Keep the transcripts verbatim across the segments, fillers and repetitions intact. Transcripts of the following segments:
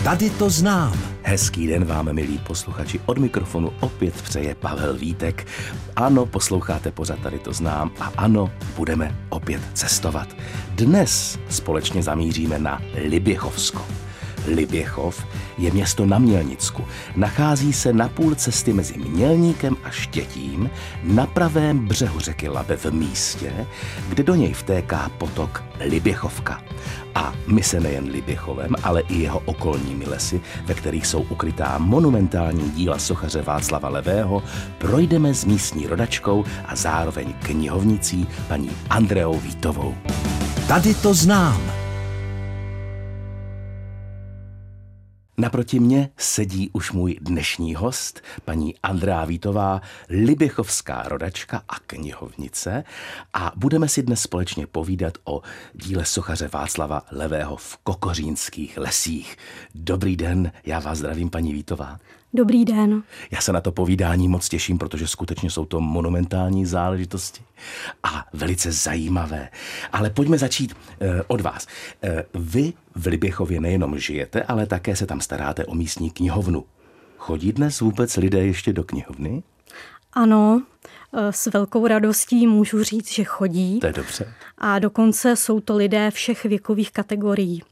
Tady to znám. Hezký den vám, milí posluchači, od mikrofonu opět přeje Pavel Vítek. Ano, posloucháte pořad Tady to znám a ano, budeme opět cestovat. Dnes společně zamíříme na Liběchovsko. Liběchov je město na Mělnicku. Nachází se na půl cesty mezi Mělníkem a Štětím na pravém břehu řeky Labe v místě, kde do něj vtéká potok Liběchovka. A my se nejen Liběchovem, ale i jeho okolními lesy, ve kterých jsou ukrytá monumentální díla sochaře Václava Levého, projdeme s místní rodačkou a zároveň knihovnicí paní Andreou Vítovou. Tady to znám. Naproti mně sedí už můj dnešní host, paní Andrea Vítová, liběchovská rodačka a knihovnice, a budeme si dnes společně povídat o díle sochaře Václava Levého v Kokořínských lesích. Dobrý den, já vás zdravím, paní Vítová. Dobrý den. Já se na to povídání moc těším, protože skutečně jsou to monumentální záležitosti a velice zajímavé. Ale pojďme začít eh, od vás. Eh, vy v Liběchově nejenom žijete, ale také se tam staráte o místní knihovnu. Chodí dnes vůbec lidé ještě do knihovny? Ano, s velkou radostí můžu říct, že chodí. To je dobře. A dokonce jsou to lidé všech věkových kategorií.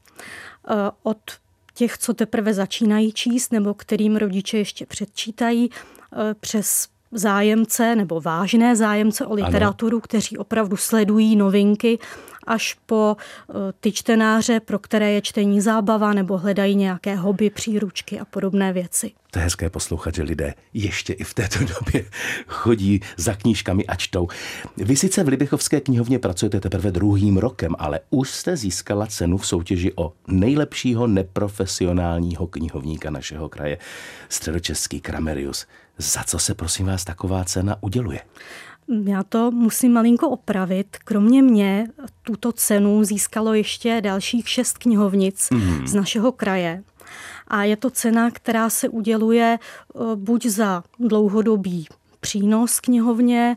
Od těch, co teprve začínají číst, nebo kterým rodiče ještě předčítají, přes zájemce nebo vážné zájemce o literaturu, ano, kteří opravdu sledují novinky, až po ty čtenáře, pro které je čtení zábava nebo hledají nějaké hobby, příručky a podobné věci. To je hezké poslouchat, že lidé ještě i v této době chodí za knížkami a čtou. Vy sice v Liběchovské knihovně pracujete teprve druhým rokem, ale už jste získala cenu v soutěži o nejlepšího neprofesionálního knihovníka našeho kraje, středočeský Kramerius. Za co se, prosím vás, taková cena uděluje? Já to musím malinko opravit. Kromě mě tuto cenu získalo ještě dalších šest knihovnic mm. z našeho kraje. A je to cena, která se uděluje buď za dlouhodobý přínos knihovně,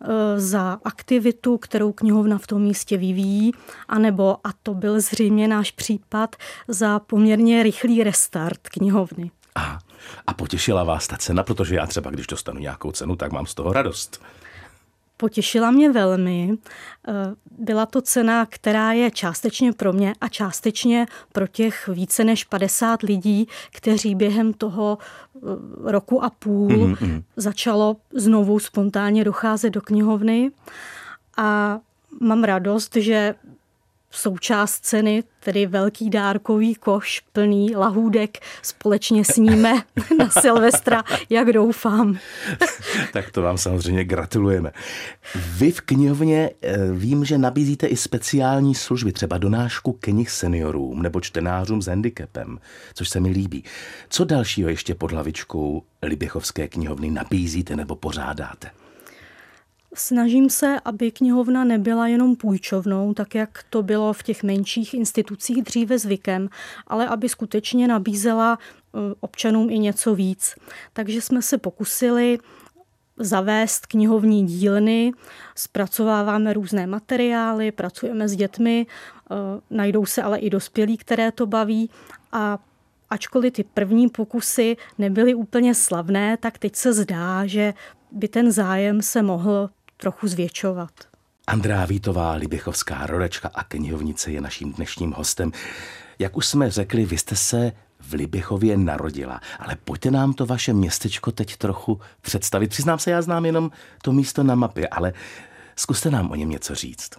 za aktivitu, kterou knihovna v tom místě vyvíjí, anebo, a to byl zřejmě náš případ, za poměrně rychlý restart knihovny. Aha. A potěšila vás ta cena, protože já třeba, když dostanu nějakou cenu, tak mám z toho radost. Potěšila mě velmi. Byla to cena, která je částečně pro mě a částečně pro těch více než padesát lidí, kteří během toho roku a půl mm-hmm. začalo znovu spontánně docházet do knihovny. A mám radost, že součást ceny, tedy velký dárkový koš plný lahůdek, společně sníme na Silvestra, jak doufám. Tak to vám samozřejmě gratulujeme. Vy v knihovně vím, že nabízíte i speciální služby, třeba donášku knih seniorům nebo čtenářům s handicapem, což se mi líbí. Co dalšího ještě pod hlavičkou Liběchovské knihovny nabízíte nebo pořádáte? Snažím se, aby knihovna nebyla jenom půjčovnou, tak jak to bylo v těch menších institucích dříve zvykem, ale aby skutečně nabízela občanům i něco víc. Takže jsme se pokusili zavést knihovní dílny, zpracováváme různé materiály, pracujeme s dětmi, najdou se ale i dospělí, které to baví, a ačkoliv ty první pokusy nebyly úplně slavné, tak teď se zdá, že by ten zájem se mohl trochu zvětšovat. Andrea Vítová, liběchovská rodačka a knihovnice, je naším dnešním hostem. Jak už jsme řekli, vy jste se v Liběchově narodila, ale pojďte nám to vaše městečko teď trochu představit. Přiznám se, já znám jenom to místo na mapě, ale zkuste nám o něm něco říct.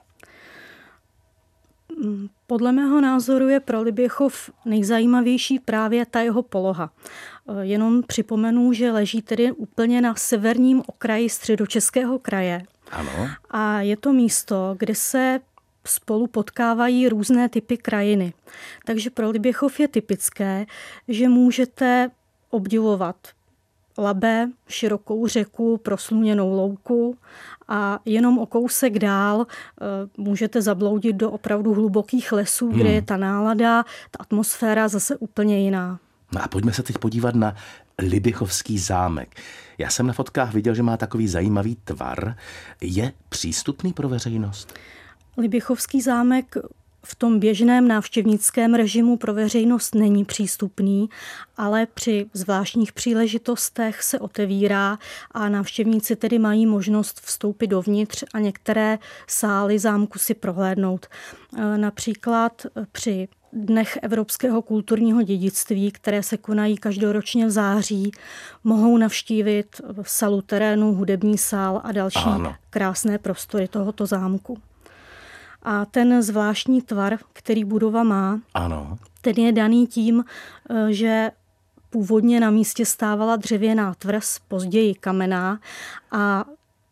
Podle mého názoru je pro Liběchov nejzajímavější právě ta jeho poloha. Jenom připomenu, že leží tedy úplně na severním okraji Středočeského kraje. Ano. A je to místo, kde se spolu potkávají různé typy krajiny. Takže pro Liběchov je typické, že můžete obdivovat Labe, širokou řeku, prosluněnou louku, a jenom o kousek dál můžete zabloudit do opravdu hlubokých lesů, hmm. kde je ta nálada, ta atmosféra zase úplně jiná. No a pojďme se teď podívat na Liběchovský zámek. Já jsem na fotkách viděl, že má takový zajímavý tvar. Je přístupný pro veřejnost? Liběchovský zámek v tom běžném návštěvnickém režimu pro veřejnost není přístupný, ale při zvláštních příležitostech se otevírá a návštěvníci tedy mají možnost vstoupit dovnitř a některé sály zámku si prohlédnout. Například při Dnech evropského kulturního dědictví, které se konají každoročně v září, mohou navštívit salu terénu, hudební sál a další ano. krásné prostory tohoto zámku. A ten zvláštní tvar, který budova má, ano. ten je daný tím, že původně na místě stávala dřevěná tvrz, později kamenná a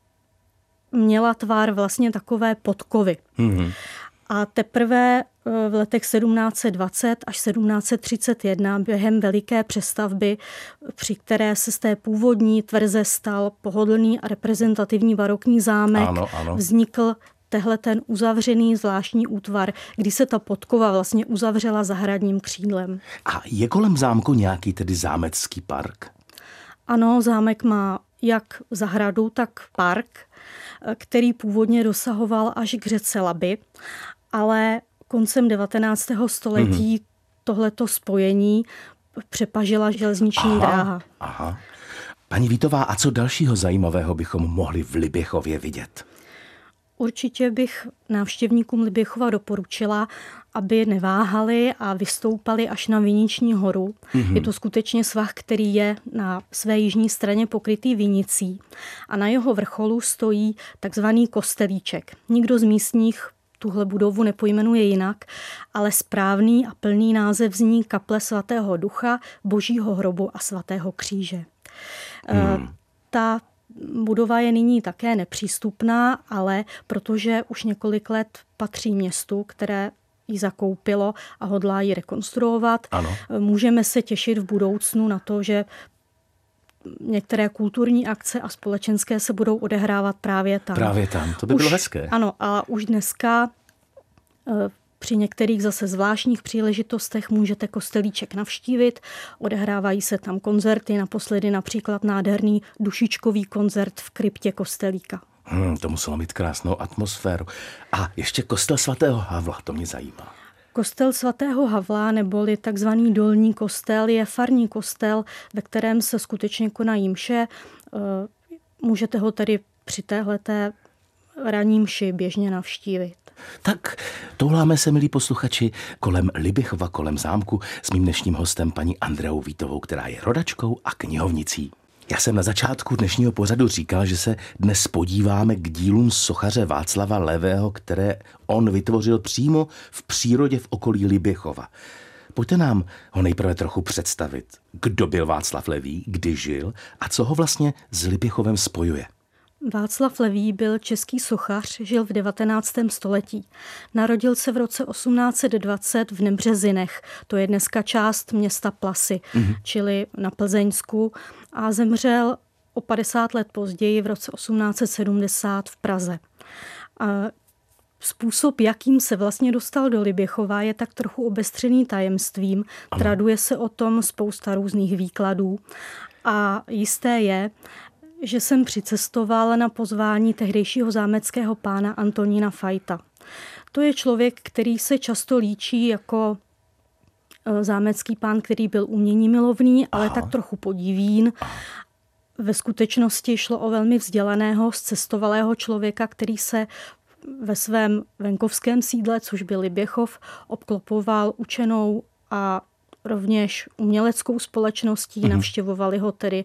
měla tvar vlastně takové podkovy. Mm-hmm. A teprve v letech sedmnáct set dvacet až sedmnáct set třicet jedna během veliké přestavby, při které se z té původní tvrze stal pohodlný a reprezentativní barokní zámek, ano, ano. vznikl tehle ten uzavřený zvláštní útvar, kdy se ta podkova vlastně uzavřela zahradním křídlem. A je kolem zámku nějaký tedy zámecký park? Ano, zámek má jak zahradu, tak park, který původně dosahoval až k řece Labi, ale koncem devatenáctého století mm-hmm. tohleto spojení přepažila železniční aha, dráha. Aha. Paní Vítová, a co dalšího zajímavého bychom mohli v Liběchově vidět? Určitě bych návštěvníkům Liběchova doporučila, aby neváhali a vystoupali až na Viniční horu. Mm-hmm. Je to skutečně svah, který je na své jižní straně pokrytý vinicí a na jeho vrcholu stojí takzvaný kostelíček. Nikdo z místních tuhle budovu nepojmenuje jinak, ale správný a plný název zní Kaple svatého Ducha, Božího hrobu a svatého kříže. Mm. Ta budova je nyní také nepřístupná, ale protože už několik let patří městu, které ji zakoupilo a hodlá ji rekonstruovat, ano. můžeme se těšit v budoucnu na to, že některé kulturní akce a společenské se budou odehrávat právě tam. Právě tam, to by už, bylo hezké. Ano, a už dneska při některých zase zvláštních příležitostech můžete kostelíček navštívit. Odehrávají se tam koncerty, naposledy například nádherný dušičkový koncert v kryptě kostelíka. Hmm, to muselo mít krásnou atmosféru. A ještě kostel svatého Havla, to mě zajímá. Kostel svatého Havla, neboli takzvaný dolní kostel, je farní kostel, ve kterém se skutečně konají mše. Můžete ho tedy při téhleté ranní mši běžně navštívit. Tak touláme se, milí posluchači, kolem Liběchova, kolem zámku s mým dnešním hostem paní Andreou Vítovou, která je rodačkou a knihovnicí. Já jsem na začátku dnešního pořadu říkal, že se dnes podíváme k dílům sochaře Václava Levého, které on vytvořil přímo v přírodě v okolí Liběchova. Pojďte nám ho nejprve trochu představit. Kdo byl Václav Levý, kdy žil a co ho vlastně s Liběchovem spojuje? Václav Levý byl český sochař, žil v devatenáctém století. Narodil se v roce osmnáct set dvacet v Nebřezinech, to je dneska část města Plasy, mm-hmm. čili na Plzeňsku, a zemřel o padesát let později v roce osmnáct set sedmdesát v Praze. A způsob, jakým se vlastně dostal do Liběchova, je tak trochu obestřený tajemstvím. Ano. Traduje se o tom spousta různých výkladů a jisté je, že jsem přicestoval na pozvání tehdejšího zámeckého pána Antonína Fajta. To je člověk, který se často líčí jako zámecký pán, který byl umění milovný, ale Aha. tak trochu podivín. Ve skutečnosti šlo o velmi vzdělaného, zcestovalého člověka, který se ve svém venkovském sídle, což byl Liběchov, obklopoval učenou a rovněž uměleckou společností. Mhm. Navštěvovali ho tedy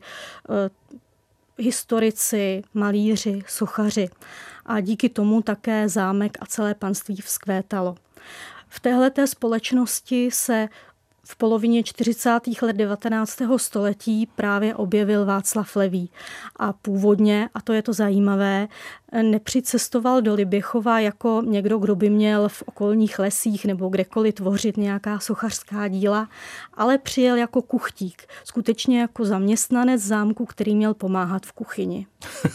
historici, malíři, sochaři. A díky tomu také zámek a celé panství vzkvétalo. V téhleté společnosti se v polovině čtyřicátých let devatenáctého století právě objevil Václav Levý. A původně, a to je to zajímavé, nepřicestoval do Liběchova jako někdo, kdo by měl v okolních lesích nebo kdekoliv tvořit nějaká sochařská díla, ale přijel jako kuchtík, skutečně jako zaměstnanec zámku, který měl pomáhat v kuchyni.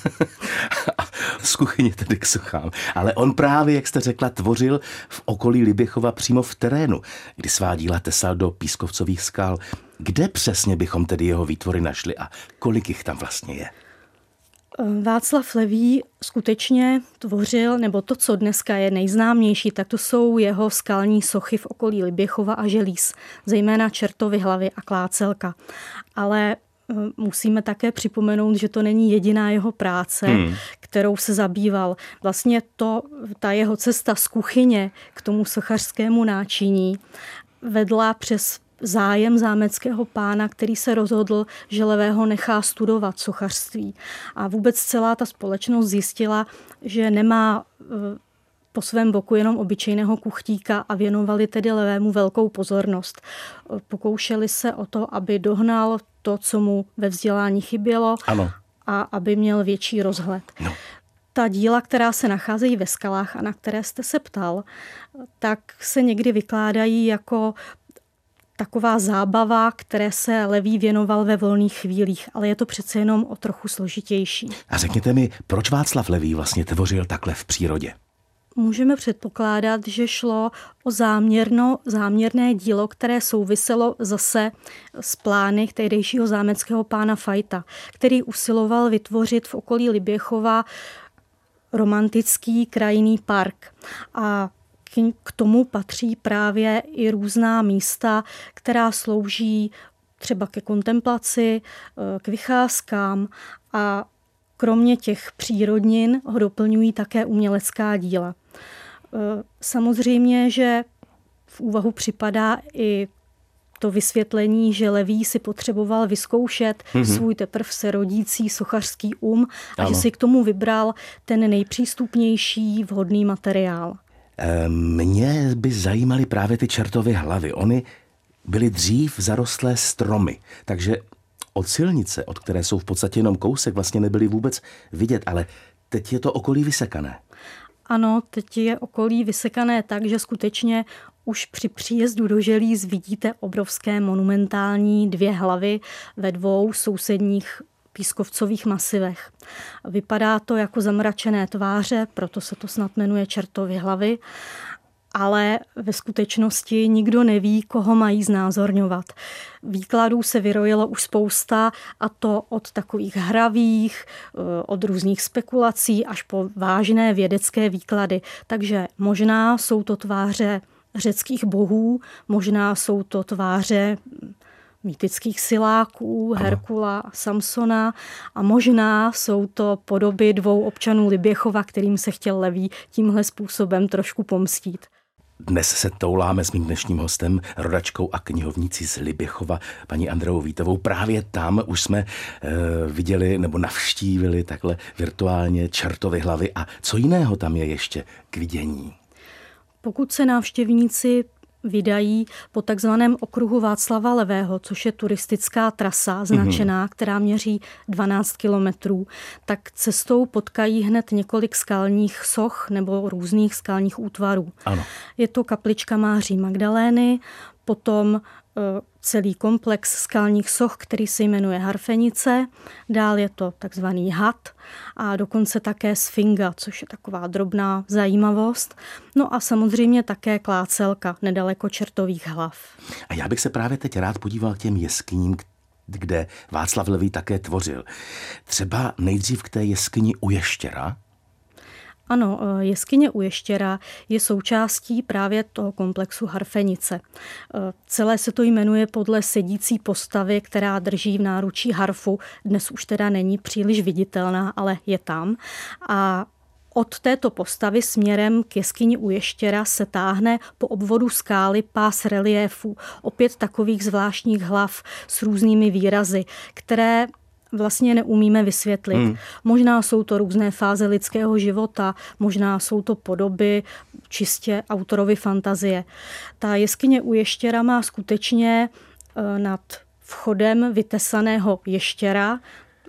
Z kuchyně tedy k sochám. Ale on právě, jak jste řekla, tvořil v okolí Liběchova přímo v terénu, kdy svá díla tesal do pískovcových skal. Kde přesně bychom tedy jeho výtvory našli a kolik jich tam vlastně je? Václav Levý skutečně tvořil, nebo to, co dneska je nejznámější, tak to jsou jeho skalní sochy v okolí Liběchova a Želíz, zejména Čertovy hlavy a Klácelka. Ale musíme také připomenout, že to není jediná jeho práce, hmm. kterou se zabýval. Vlastně to, ta jeho cesta z kuchyně k tomu sochařskému náčiní vedla přes zájem zámeckého pána, který se rozhodl, že Levého nechá studovat sochařství. A vůbec celá ta společnost zjistila, že nemá po svém boku jenom obyčejného kuchtíka a věnovali tedy Levému velkou pozornost. Pokoušeli se o to, aby dohnal to, co mu ve vzdělání chybělo, ano. a aby měl větší rozhled. No. Ta díla, která se nacházejí ve skalách a na které jste se ptal, tak se někdy vykládají jako taková zábava, které se Levý věnoval ve volných chvílích, ale je to přece jenom o trochu složitější. A řekněte mi, proč Václav Levý vlastně tvořil takhle v přírodě? Můžeme předpokládat, že šlo o záměrno, záměrné dílo, které souviselo zase s plány tehdejšího zámeckého pána Fajta, který usiloval vytvořit v okolí Liběchova romantický krajinný park. A k tomu patří právě i různá místa, která slouží třeba ke kontemplaci, k vycházkám a kromě těch přírodnin ho doplňují také umělecká díla. Samozřejmě, že v úvahu připadá i to vysvětlení, že Levý si potřeboval vyzkoušet mm-hmm. svůj teprv se rodící sochařský um a ano. že si k tomu vybral ten nejpřístupnější vhodný materiál. Mě by zajímaly právě ty Čertovy hlavy. Ony byly dřív zarostlé stromy, takže od silnice, od které jsou v podstatě jenom kousek, vlastně nebyly vůbec vidět, ale teď je to okolí vysekané. Ano, teď je okolí vysekané tak, že skutečně už při příjezdu do Želíz vidíte obrovské monumentální dvě hlavy ve dvou sousedních pískovcových masivech. Vypadá to jako zamračené tváře, proto se to snad jmenuje Čertovy hlavy, ale ve skutečnosti nikdo neví, koho mají znázorňovat. Výkladů se vyrojilo už spousta, a to od takových hravých, od různých spekulací až po vážné vědecké výklady. Takže možná jsou to tváře řeckých bohů, možná jsou to tváře mýtických siláků, Herkula a Samsona a možná jsou to podoby dvou občanů Liběchova, kterým se chtěl Levý tímhle způsobem trošku pomstít. Dnes se touláme s mým dnešním hostem, rodačkou a knihovnicí z Liběchova, paní Andreou Vítovou. Právě tam už jsme e, viděli nebo navštívili takhle virtuálně Čertovy hlavy. A co jiného tam je ještě k vidění? Pokud se návštěvníci vydají po takzvaném okruhu Václava Levého, což je turistická trasa značená, mm-hmm. která měří dvanáct kilometrů, tak cestou potkají hned několik skalních soch nebo různých skalních útvarů. Ano. Je to kaplička Máří Magdalény, potom celý komplex skalních soch, který se jmenuje Harfenice, dál je to takzvaný had a dokonce také Sfinga, což je taková drobná zajímavost. No a samozřejmě také Klácelka, nedaleko Čertových hlav. A já bych se právě teď rád podíval k těm jeskyním, kde Václav Levý také tvořil. Třeba nejdřív k té jeskyni u Ještěra. Ano, jeskyně u Ještěra je součástí právě toho komplexu Harfenice. Celé se to jmenuje podle sedící postavy, která drží v náručí harfu. Dnes už teda není příliš viditelná, ale je tam. A od této postavy směrem k jeskyni u Ještěra se táhne po obvodu skály pás reliéfů. Opět takových zvláštních hlav s různými výrazy, které vlastně neumíme vysvětlit. Hmm. Možná jsou to různé fáze lidského života, možná jsou to podoby čistě autorovy fantazie. Ta jeskyně u Ještěra má skutečně nad vchodem vytesaného ještěra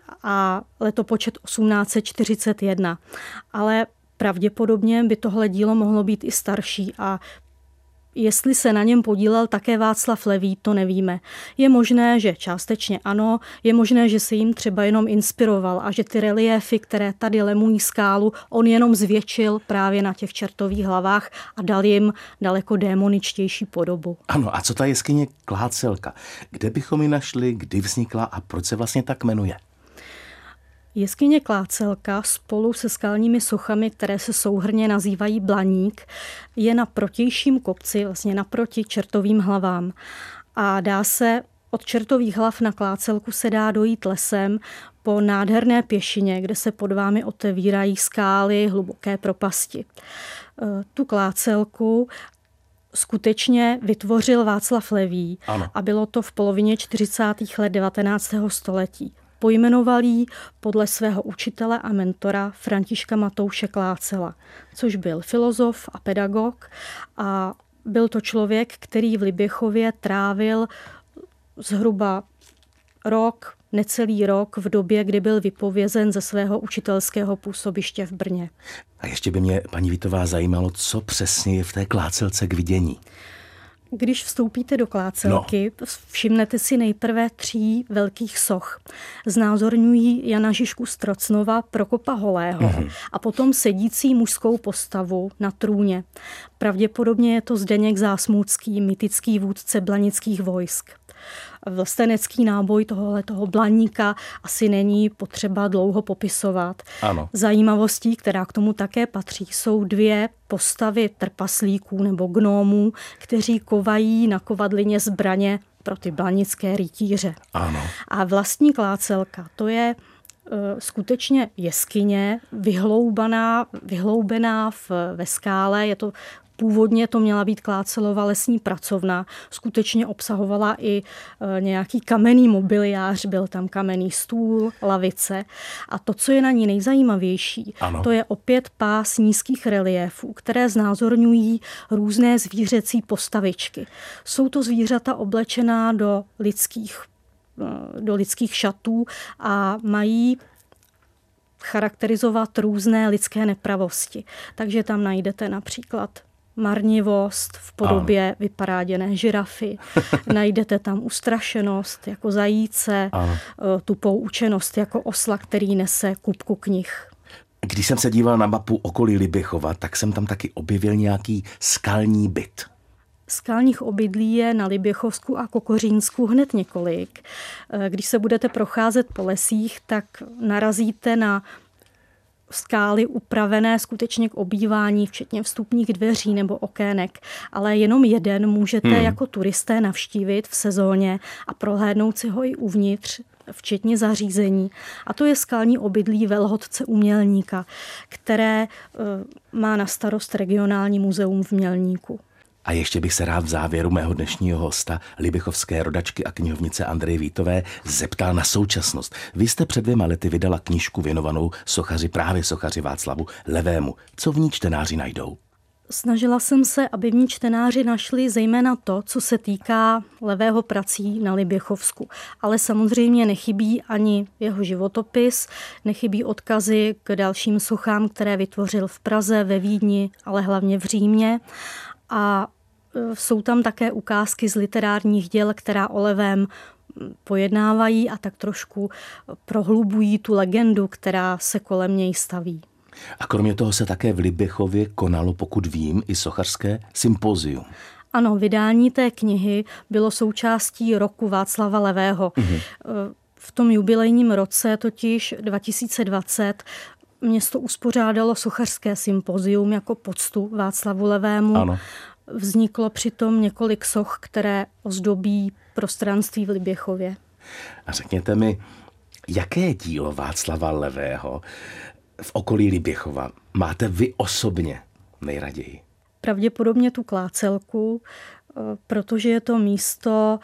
a letopočet osmnáct set čtyřicet jedna. Ale pravděpodobně by tohle dílo mohlo být i starší a jestli se na něm podílel také Václav Levý, to nevíme. Je možné, že částečně ano, je možné, že se jim třeba jenom inspiroval a že ty reliéfy, které tady lemují skálu, on jenom zvětšil právě na těch Čertových hlavách a dal jim daleko démoničtější podobu. Ano, a co ta jeskyně Klácelka? Kde bychom ji našli, kdy vznikla a proč se vlastně tak jmenuje? Jeskyně Klácelka spolu se skalními sochami, které se souhrnně nazývají Blaník, je na protějším kopci, vlastně naproti Čertovým hlavám. A dá se od Čertových hlav na Klácelku se dá dojít lesem po nádherné pěšině, kde se pod vámi otevírají skály, hluboké propasti. Tu Klácelku skutečně vytvořil Václav Levý ano. a bylo to v polovině čtyřicátých let devatenáctého století. Pojmenoval ji podle svého učitele a mentora Františka Matouše Klácela, což byl filozof a pedagog a byl to člověk, který v Liběchově trávil zhruba rok, necelý rok v době, kdy byl vypovězen ze svého učitelského působiště v Brně. A ještě by mě, paní Vítová, zajímalo, co přesně je v té Klácelce k vidění. Když vstoupíte do Klácelky, no. všimnete si nejprve tří velkých soch. Znázorňují Jana Žižku z Trocnova, Prokopa Holého mm-hmm. a potom sedící mužskou postavu na trůně. Pravděpodobně je to Zdeněk Zásmůcký, mytický vůdce blanických vojsk. Vlastenecký náboj tohoto Blaníka asi není potřeba dlouho popisovat. Ano. Zajímavostí, která k tomu také patří, jsou dvě postavy trpaslíků nebo gnómů, kteří kovají na kovadlině zbraně pro ty blanické rytíře. Ano. A vlastní Klácelka, to je uh, skutečně jeskyně vyhloubaná, vyhloubená v, ve skále. Je to Původně to měla být Klácelova lesní pracovna. Skutečně obsahovala i e, nějaký kamenný mobiliář, byl tam kamenný stůl, lavice. A to, co je na ní nejzajímavější, ano. to je opět pás nízkých reliéfů, které znázorňují různé zvířecí postavičky. Jsou to zvířata oblečená do lidských, e, do lidských šatů a mají charakterizovat různé lidské nepravosti. Takže tam najdete například marnivost v podobě ano. vyparáděné žirafy. Najdete tam ustrašenost jako zajíce, ano. tupou učenost jako osla, který nese kupku knih. Když jsem se díval na mapu okolí Liběchova, tak jsem tam taky objevil nějaký skalní byt. Skalních obydlí je na Liběchovsku a Kokořínsku hned několik. Když se budete procházet po lesích, tak narazíte na skály upravené skutečně k obývání, včetně vstupních dveří nebo okének, ale jenom jeden můžete hmm. jako turisté navštívit v sezóně a prohlédnout si ho i uvnitř, včetně zařízení. A to je skalní obydlí velhodce u Mělníka, které uh, má na starost regionální muzeum v Mělníku. A ještě bych se rád v závěru mého dnešního hosta, liběchovské rodačky a knihovnice Andreje Vítové, zeptal na současnost. Vy jste před dvěma lety vydala knížku věnovanou sochaři, právě sochaři Václavu Levému. Co v ní čtenáři najdou? Snažila jsem se, aby v ní čtenáři našli zejména to, co se týká Levého prací na Liběchovsku. Ale samozřejmě nechybí ani jeho životopis, nechybí odkazy k dalším sochám, které vytvořil v Praze, ve Vídni, ale hlavně v Římě. A jsou tam také ukázky z literárních děl, která o Levém pojednávají a tak trošku prohlubují tu legendu, která se kolem něj staví. A kromě toho se také v Liběchově konalo, pokud vím, i sochařské sympozium. Ano, vydání té knihy bylo součástí roku Václava Levého. Mhm. V tom jubilejním roce, totiž dva tisíce dvacet, město uspořádalo sochařské sympozium jako poctu Václavu Levému. Ano. Vzniklo přitom několik soch, které ozdobí prostranství v Liběchově. A řekněte mi, jaké dílo Václava Levého v okolí Liběchova máte vy osobně nejraději? Pravděpodobně tu Klácelku, protože je to místo,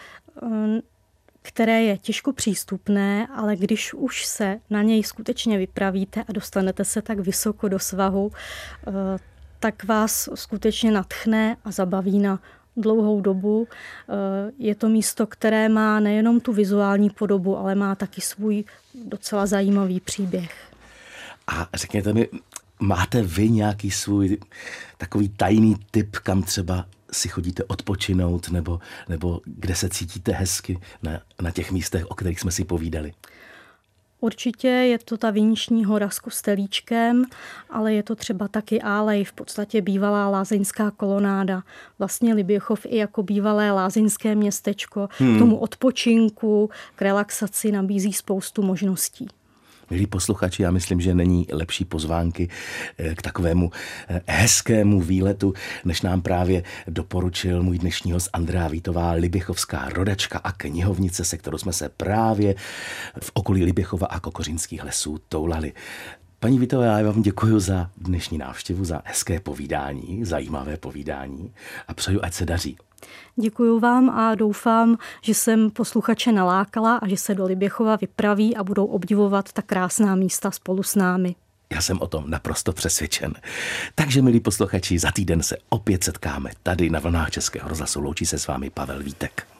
které je těžko přístupné, ale když už se na něj skutečně vypravíte a dostanete se tak vysoko do svahu, tak vás skutečně nadchne a zabaví na dlouhou dobu. Je to místo, které má nejenom tu vizuální podobu, ale má taky svůj docela zajímavý příběh. A řekněte mi, máte vy nějaký svůj takový tajný tip, kam třeba si chodíte odpočinout, nebo, nebo kde se cítíte hezky na, na těch místech, o kterých jsme si povídali? Určitě je to ta Viniční hora s kostelíčkem, ale je to třeba taky Álej, v podstatě bývalá lázeňská kolonáda. Vlastně Liběchov i jako bývalé lázeňské městečko hmm. k tomu odpočinku, k relaxaci nabízí spoustu možností. Milí posluchači, já myslím, že není lepší pozvánky k takovému hezkému výletu, než nám právě doporučil můj dnešní host Andrea Vítová, liběchovská rodačka a knihovnice, se kterou jsme se právě v okolí Liběchova a Kokořínských lesů toulali. Paní Vítová, já vám děkuji za dnešní návštěvu, za hezké povídání, zajímavé povídání a přeju, ať se daří. Děkuji vám a doufám, že jsem posluchače nalákala a že se do Liběchova vypraví a budou obdivovat ta krásná místa spolu s námi. Já jsem o tom naprosto přesvědčen. Takže, milí posluchači, za týden se opět setkáme tady na vlnách Českého rozhlasu. Loučí se s vámi Pavel Vítek.